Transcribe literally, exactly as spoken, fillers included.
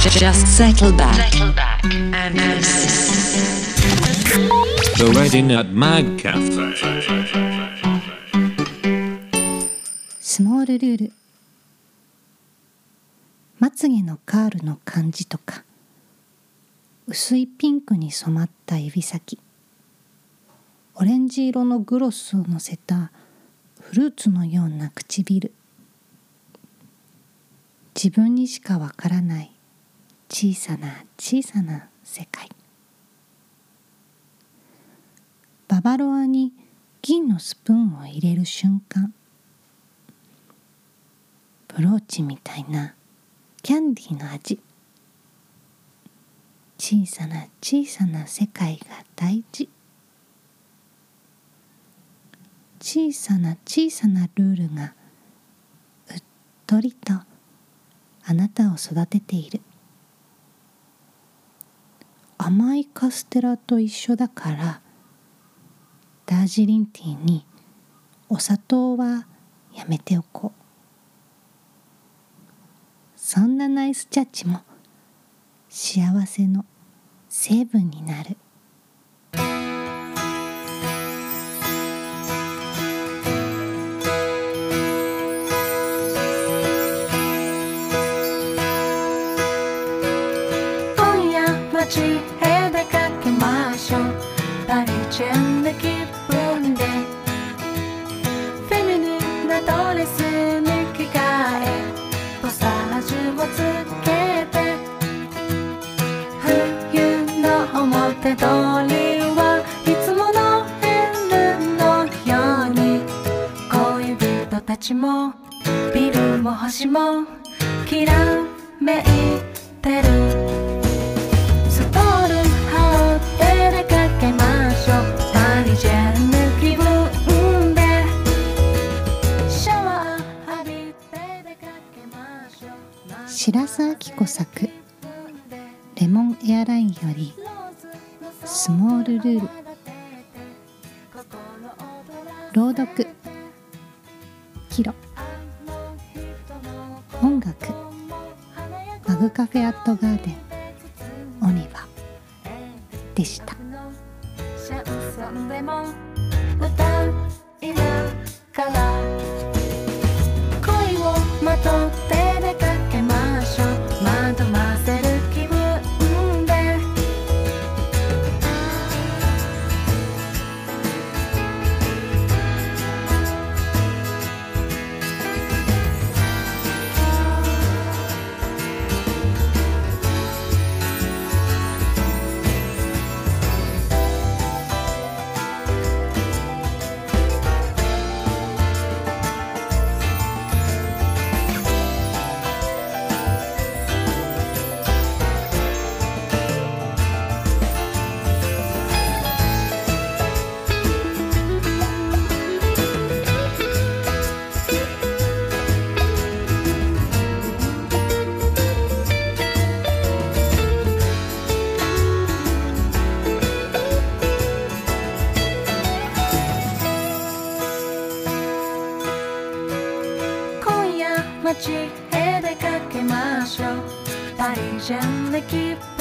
Just settle back, settle back and listen. The Ready Nut Mag Cafe. スモールルール。まつげのカールの感じとか、薄いピンクに染まった指先、オレンジ色のグロスをのせたフルーツのような唇、自分にしかわからない小さな小さな世界。ババロアに銀のスプーンを入れる瞬間、ブローチみたいなキャンディーの味。小さな小さな世界が大事。小さな小さなルールがうっとりとあなたを育てている。甘いカステラと一緒だから、ダージリンティーにお砂糖はやめておこう。そんなナイスジャッジも幸せの成分になる。 今夜街へ出かけましょう。パリジェンで気分でフェミニンなドレスに着替え、ポサージュをつけて、冬の表通りはいつものエルのように、恋人たちもビルも星もきらめいてる。ストール羽織って出かけましょう。パリジェンヌ気分でシャワー浴びて出かけましょう。 白洲明子作レモンエアラインよりスモールルール。朗読キロ、音楽マグカフェアットガーデンオニバでした。 シャンソンでも歌いながら恋をまとって出かけましょう。惑わせる気分で街へ出かけましょう。パリジェンで気分